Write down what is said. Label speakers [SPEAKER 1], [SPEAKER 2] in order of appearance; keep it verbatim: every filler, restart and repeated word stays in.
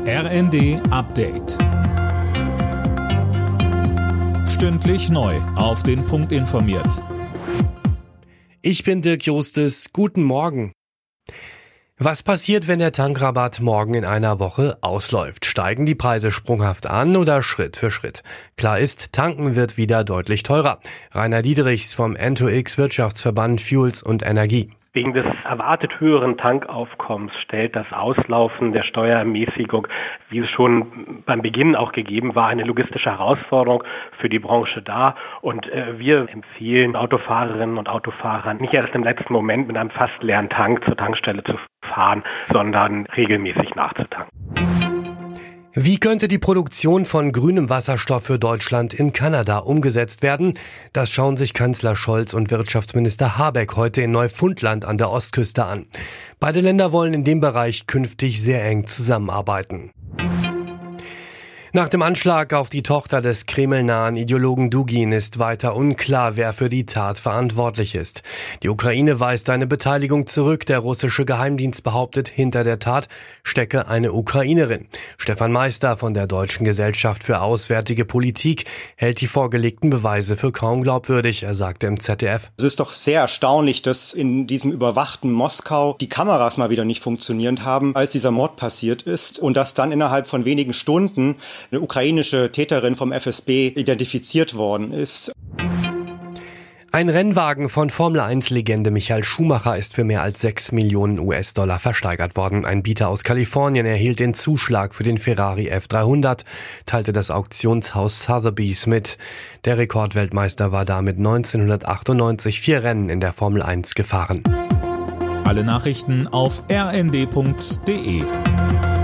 [SPEAKER 1] R N D Update. Stündlich neu auf den Punkt informiert.
[SPEAKER 2] Ich bin Dirk Jostes. Guten Morgen. Was passiert, wenn der Tankrabatt morgen in einer Woche ausläuft? Steigen die Preise sprunghaft an oder Schritt für Schritt? Klar ist, tanken wird wieder deutlich teurer. Rainer Diederichs vom N zwei X Wirtschaftsverband Fuels und Energie.
[SPEAKER 3] Wegen des erwartet höheren Tankaufkommens stellt das Auslaufen der Steuerermäßigung, wie es schon beim Beginn auch gegeben war, eine logistische Herausforderung für die Branche dar. Und äh, wir empfehlen Autofahrerinnen und Autofahrern nicht erst im letzten Moment mit einem fast leeren Tank zur Tankstelle zu fahren, sondern regelmäßig nachzutanken.
[SPEAKER 2] Wie könnte die Produktion von grünem Wasserstoff für Deutschland in Kanada umgesetzt werden? Das schauen sich Kanzler Scholz und Wirtschaftsminister Habeck heute in Neufundland an der Ostküste an. Beide Länder wollen in dem Bereich künftig sehr eng zusammenarbeiten. Nach dem Anschlag auf die Tochter des kremlnahen Ideologen Dugin ist weiter unklar, wer für die Tat verantwortlich ist. Die Ukraine weist eine Beteiligung zurück. Der russische Geheimdienst behauptet, hinter der Tat stecke eine Ukrainerin. Stefan Meister von der Deutschen Gesellschaft für Auswärtige Politik hält die vorgelegten Beweise für kaum glaubwürdig. Er sagte im Z D F:
[SPEAKER 4] Es ist doch sehr erstaunlich, dass in diesem überwachten Moskau die Kameras mal wieder nicht funktioniert haben, als dieser Mord passiert ist, und dass dann innerhalb von wenigen Stunden eine ukrainische Täterin vom F S B identifiziert worden ist.
[SPEAKER 2] Ein Rennwagen von Formel eins Legende Michael Schumacher ist für mehr als sechs Millionen U S-Dollar versteigert worden. Ein Bieter aus Kalifornien erhielt den Zuschlag für den Ferrari F dreihundert, teilte das Auktionshaus Sotheby's mit. Der Rekordweltmeister war damit neunzehnhundertachtundneunzig vier Rennen in der Formel eins gefahren.
[SPEAKER 1] Alle Nachrichten auf r n d punkt d e.